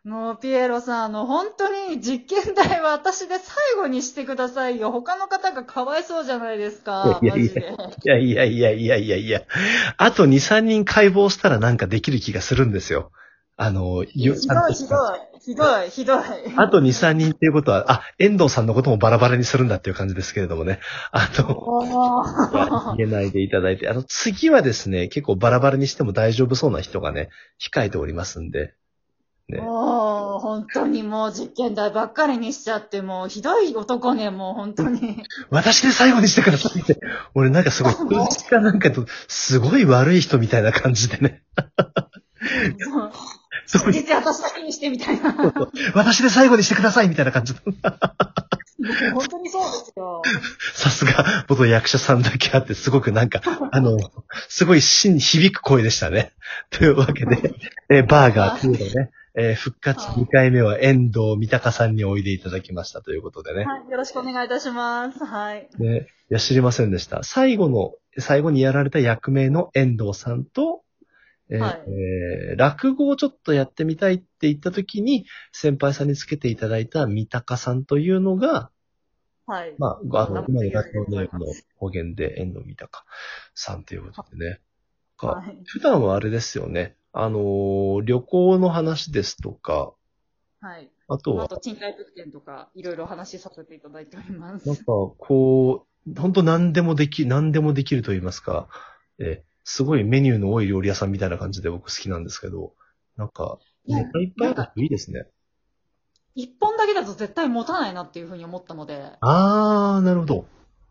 もうピエロさん、本当に実験台は私で最後にしてくださいよ。他の方がかわいそうじゃないですか、 いやいマジで。 やいやいやいやいやいや。あと2、3人解剖したらなんかできる気がするんですよ。 ひどい、ひどい、ひどい、ひどい。 あと2、3人っていうことは、遠藤さんのこともバラバラにするんだっていう感じですけれどもね。 おいや、 ー。 逃げないでいただいて、次はですね、結構バラバラにしても大丈夫そうな人がね、控えておりますんで、ね。 もう、本当にもう実験台ばっかりにしちゃって、もうひどい男ね、もう本当に。 私で最後にしてくださいって。俺なんかすごい、数字かなんかと、すごい悪い人みたいな感じでね。 そう。 そう実は私だけにしてみたいな。 私で最後にしてくださいみたいな感じで。 もう本当にそうですよ。 さすが、元役者さんだけあって、すごくなんか、すごい芯に響く声でしたね。というわけで、バーガー2のね、復活2回目は遠藤三鷹さんにおいでいただきましたということでね。 はい、よろしくお願いいたします。はい。 ね、いや、知りませんでした。最後にやられた役名の遠藤さんと、 はい。 落語をちょっとやってみたいって言った時に、先輩さんにつけていただいた三鷹さんというのが、 はい。 まあ、 ラ今のラジブユーでごオネームのざいます。 方言で遠藤三鷹さんということでね。 はい。 普段はあれですよね。旅行の話ですとか、 はい。 あとは、 あと、賃貸物件とか、いろいろお話しさせていただいております。 本当何でもできると言いますか、すごいメニューの多い料理屋さんみたいな感じで僕好きなんですけど、なんか、 いや、 ネタいっぱいあるなんか、 といいですね。 一本だけだと絶対持たないなっていうふうに思ったので、 なるほど。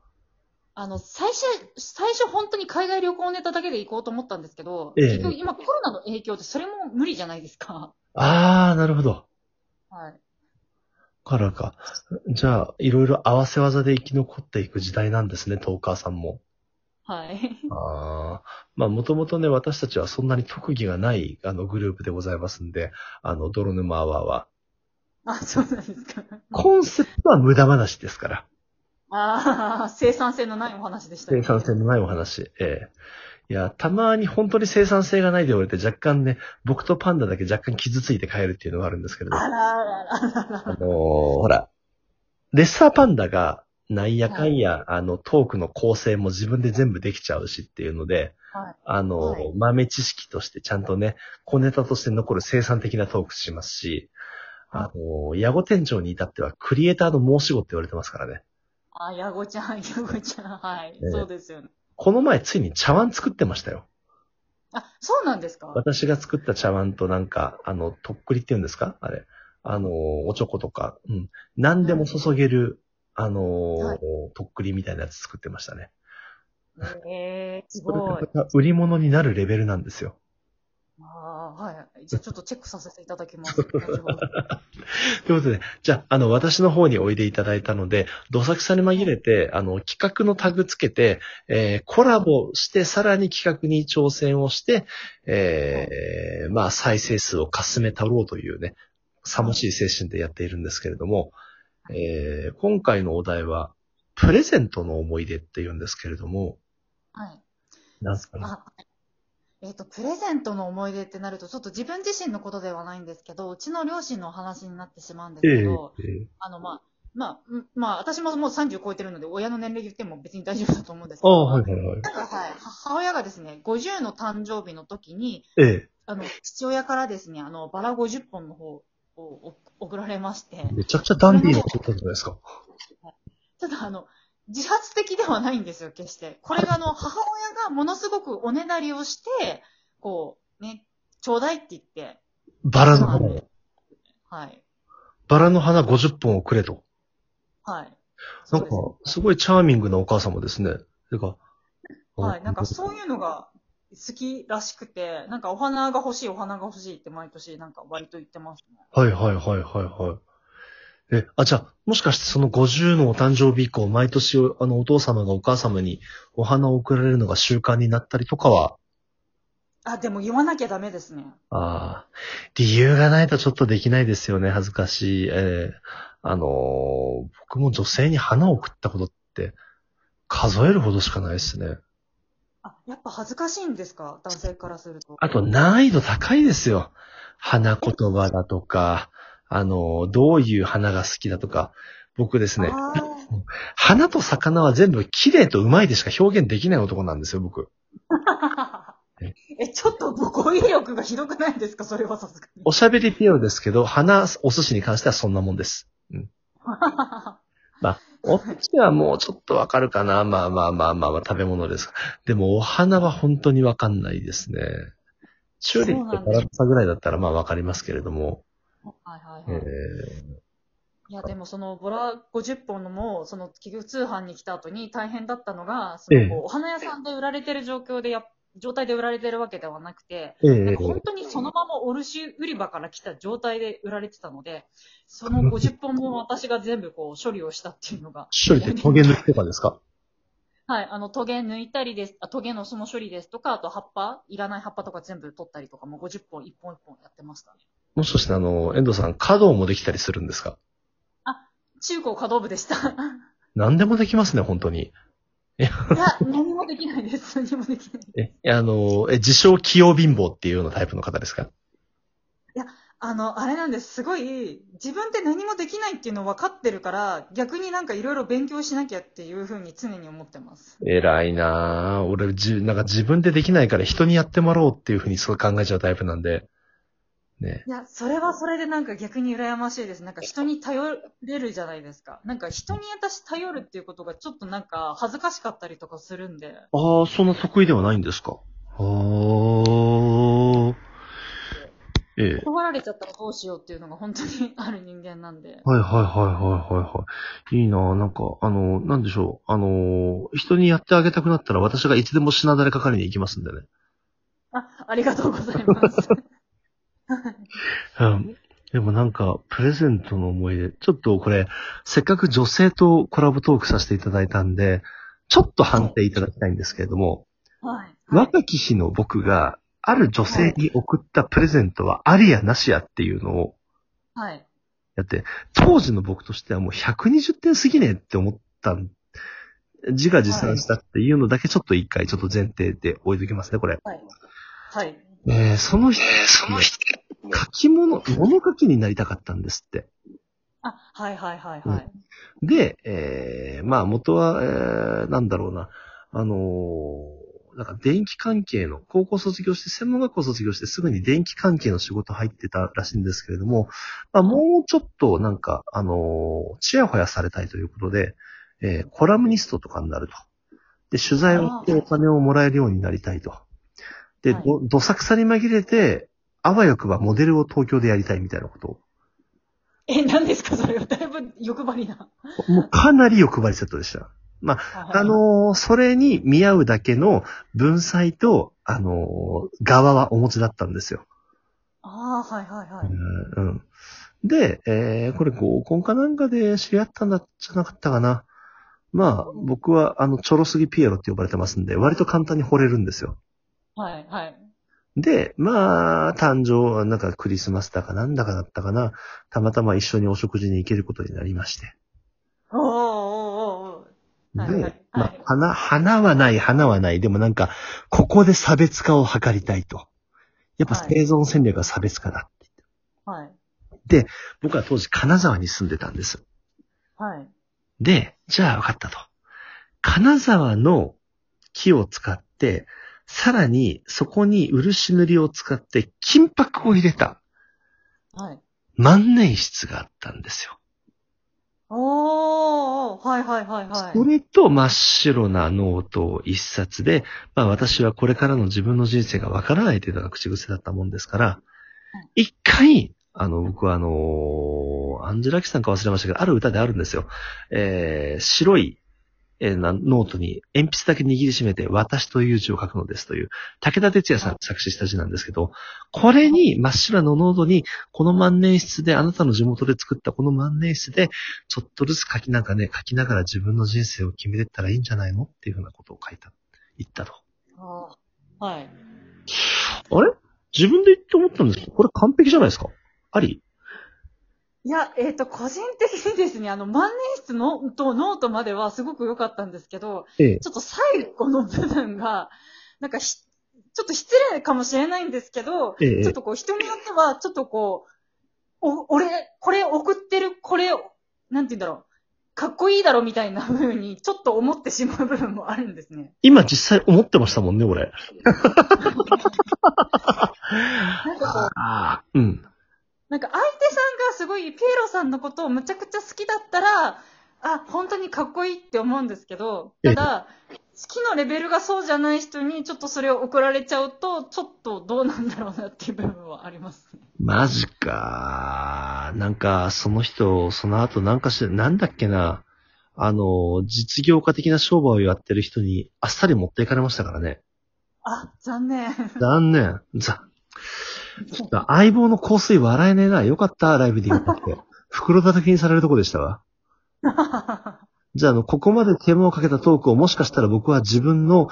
最初本当に海外旅行ネタだけで行こうと思ったんですけど、 ええ。 結局今コロナの影響でそれも無理じゃないですか。 なるほど。 はい。 からか。じゃあ、いろいろ合わせ技で生き残っていく時代なんですね、トーカーさんも。 はい。 まあ、もともとね、私たちはそんなに特技がない、グループでございますんで、泥沼アワーは。 あ、そうなんですか。 コンセプトは無駄話ですから。 ああ、生産性のないお話でしたよね。 生産性のないお話。いや、たまに本当に生産性がないで言われて若干ね、僕とパンダだけ若干傷ついて帰るっていうのがあるんですけれど。 あらあらあらあら。 ほら、レッサーパンダが、なんやかはい。 んや、トークの構成も自分で全部できちゃうしっていうので、 はい。はい。 豆知識としてちゃんとね、小ネタとして残る生産的なトークしますし、 はヤゴ店長に至ってはクリエイターの申し子って言われてますからね。 あ、ヤゴちゃん、ヤゴちゃん。はい。そうねですよね。 この前ついに茶碗作ってましたよ。 あ、そうなんですか？ 私が作った茶碗となんか、とっくりって言うんですかあれ。おちょことか、うん。何ではい。 も注げる、 はい。 とっくりみたいなやつ作ってましたね。 すこれがごい。 また売り物になるレベルなんですよ。 ああ、はい。じゃあちょっとチェックさせていただきます。後ほど。 ということで、じゃあ、私の方においでいただいたので、どさくさに紛れて、企画のタグつけて、コラボして、さらに企画に挑戦をして、まあ、再生数をかすめたろうというね、さもしい精神でやっているんですけれども、今回のお題は、プレゼントの思い出っていうんですけれども、 はい。 なんですかね。 あ、プレゼントの思い出ってなると、ちょっと自分自身のことではないんですけど、うちの両親のお話になってしまうんでえすけど、 え、ええ私ももう30超えてるので、親の年齢言っても別に大丈夫だと思うんですああ、 けど、 はいはいはい。 なんかはい、母親がですね、50の誕生日の時に、 ええ、 父親からですね、バラ50本の方を送られまして、 めちゃくちゃダそれの、 ンディーなことじゃないですか。 ただ自発的ではないんですよ、決して。これが母親がものすごくおねだりをして、こう、ね、ちょうだいって言って、 バラの花を。 そうなんです。はい。 バラの花50本をくれと。 はい。 なんか、 そうです。 すごいチャーミングなお母様ですね。てか、 はい。なんかそういうのが好きらしくて、なんかお花が欲しい、お花が欲しいって毎年なんか割と言ってますね。 はいはいはいはいはい。じゃあ、もしかしてその50のお誕生日以降、毎年、お父様がお母様にお花を贈られるのが習慣になったりとかは、 あ、でも言わなきゃダメですね。 ああ、理由がないとちょっとできないですよね、恥ずかしい。僕も女性に花を贈ったことって数えるほどしかないですね。 あ、やっぱ恥ずかしいんですか？男性からすると。 あと難易度高いですよ。 花言葉だとか、どういう花が好きだとか、僕ですね、花と魚は全部綺麗とうまいでしか表現できない男なんですよ、僕。 ちょっと語彙力がひどくないですか？それはさすがに。 おしゃべりピエロですけど、お寿司に関してはそんなもんです。うん。まあ、お寿司はもうちょっとわかるかな。まあまあまあまあ、食べ物です。でも、お花は本当にわかんないですね。チューリップとバラッサぐらいだったらまあわかりますけれども。 はいはいはい。いや、でもそのボラ50本のも、その結局通販に来た後に大変だったのが、そのお花屋さんで売られてる状態で売られてるわけではなくて、なんか本当にそのまま卸売り場から来た状態で売られてたので、その50本も私が全部こう処理をしたっていうのが。 処理ってトゲ抜きとかですか？ はい、トゲ抜いたりです、トゲのその処理ですとか、あと葉っぱ、いらない葉っぱとか全部取ったりとか、もう50本、1本1本やってましたね。 もしかして遠藤さん、華道もできたりするんですか？ 中高華道部でした。 何でもできますね、本当に。 いや、何もできないです。何もできない。 自称器用貧乏っていうようなタイプの方ですか？ いや、あれなんです。すごい、自分って何もできないっていうの分かってるから、逆になんかいろいろ勉強しなきゃっていうふうに常に思ってます。 偉いなぁ。俺、なんか自分でできないから人にやってもらおうっていうふうにそう考えちゃうタイプなんで。ね。 いや、それはそれでなんか逆に羨ましいです。なんか人に頼れるじゃないですか。なんか人に私頼るっていうことがちょっとなんか恥ずかしかったりとかするんで。 ああ、そんな得意ではないんですか？ああ。ええ。 断られちゃったらどうしようっていうのが本当にある人間なんで。 はいはいはいはいはいはい。いいなぁ。なんか、なんでしょう。人にやってあげたくなったら私がいつでも品だれかかりに行きますんでね。 ありがとうございます。 うん。でもなんか、プレゼントの思い出。ちょっとこれ、せっかく女性とコラボトークさせていただいたんで、ちょっと判定いただきたいんですけれども、 はい。 若き日の僕が、ある女性に送ったプレゼントはありやなしやっていうのをはい。 やって、当時の僕としてはもう120点過ぎねえって思った自画自賛したっていうのだけちょっと一回ちょっと前提で置いときますね、これ。 はい。はい。 その人、物書きになりたかったんですって。 はいはいはいはい。 で、まあ元は、なんだろうな、なんか電気関係の、高校卒業して、専門学校卒業してすぐに電気関係の仕事入ってたらしいんですけれども、まあもうちょっとなんか、ちやほやされたいということで、コラムニストとかになると。で、取材をしてお金をもらえるようになりたいと。で、どさくさに紛れて、あわよくばモデルを東京でやりたいみたいなことを。 何ですかそれは。だいぶ欲張りな。 もうかなり欲張りセットでした。まあ、それに見合うだけの文才と、側はお持ちだったんですよ。 はいはいはい。 うん。で、これ合コンかなんかで知り合ったんじゃなかったかな。まあ、僕は、チョロすぎピエロって呼ばれてますんで、割と簡単に惚れるんですよ。 はいはい。 で、まあ、誕生、なんかクリスマスだかなんだかだったかな。たまたま一緒にお食事に行けることになりまして。で、まあ、花はない。でもなんか、ここで差別化を図りたいと。やっぱ生存戦略は差別化だって言って。はい。 で、僕は当時金沢に住んでたんです。 はい。 で、じゃあ分かったと。金沢の木を使って、さらにそこに漆塗りを使って金箔を入れた。 はい。 万年筆があったんですよ。 はいはいはいはい。 それと真っ白なノート一冊で、まあ私はこれからの自分の人生がわからないというのが口癖だったもんですから、一回、僕はアンジェラキさんか忘れましたけど、ある歌であるんですよ。白い、ノートに鉛筆だけ握りしめて私という字を書くのですという、武田鉄矢さんが作詞した字なんですけど、これに真っ白なノートに、この万年筆で、あなたの地元で作ったこの万年筆で、ちょっとずつ書きながら自分の人生を決めていったらいいんじゃないのっていうふうなことを言ったと。 はい。 あれ自分で言って思ったんですけど、これ完璧じゃないですか？あり？ いや、個人的にですね、万年筆のノートまではすごく良かったんですけど、ちょっと最後の部分が、なんかちょっと失礼かもしれないんですけど、 ええちょっとこう人によっては、ちょっとこう、俺、これ送ってる、これ、なんて言うんだろう、かっこいいだろみたいな風に、ちょっと思ってしまう部分もあるんですね。 今実際思ってましたもんね、俺。 なんかこう、 うん。 なんか相手さんがすごいピエロさんのことをむちゃくちゃ好きだったら、あ、本当にかっこいいって思うんですけど、ただ、好きのレベルがそうじゃない人にちょっとそれを送られちゃうと、ちょっとどうなんだろうなっていう部分はありますね。 マジか。なんか、その人、その後なんかなんだっけな。実業家的な商売をやってる人にあっさり持っていかれましたからね。 あ、残念。 残念。相棒の香水笑えねえな。よかった、ライブで言ったって。袋叩きにされるとこでしたわ。じゃあ、ここまで手間をかけたトークをもしかしたら僕は自分の、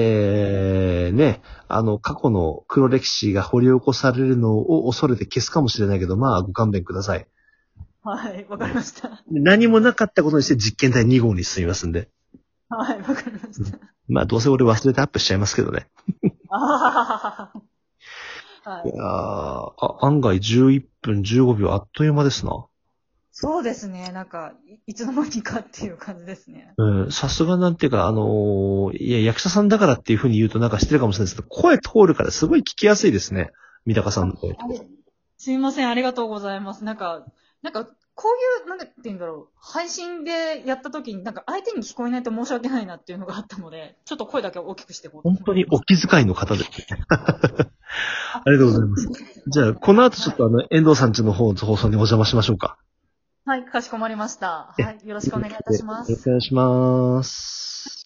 過去の黒歴史が掘り起こされるのを恐れて消すかもしれないけど、まあ、ご勘弁ください。 はい、わかりました。 何もなかったことにして実験体2号に進みますんで。 はい、わかりました。 まあ、どうせ俺忘れてアップしちゃいますけどね。 はい。 いや案外11分15秒あっという間ですな。 そうですね。なんか、いつの間にかっていう感じですね。 うん、さすがなんていうか、いや、役者さんだからっていうふうに言うとなんか失礼かもしれないですけど、声通るからすごい聞きやすいですね。三鷹さんの声とか。 すいません、ありがとうございます。なんか、こういう、なんて言うんだろう、配信でやった時に、なんか相手に聞こえないと申し訳ないなっていうのがあったので、ちょっと声だけ大きくしていこうと思本います。 当にお気遣いの方ですね。ありがとうございます。じゃあ、この後ちょっと遠藤さんちの方の放送にお邪魔しましょうか。 はい、かしこまりました。はい、よろしくお願いいたします。 よろしくお願いします。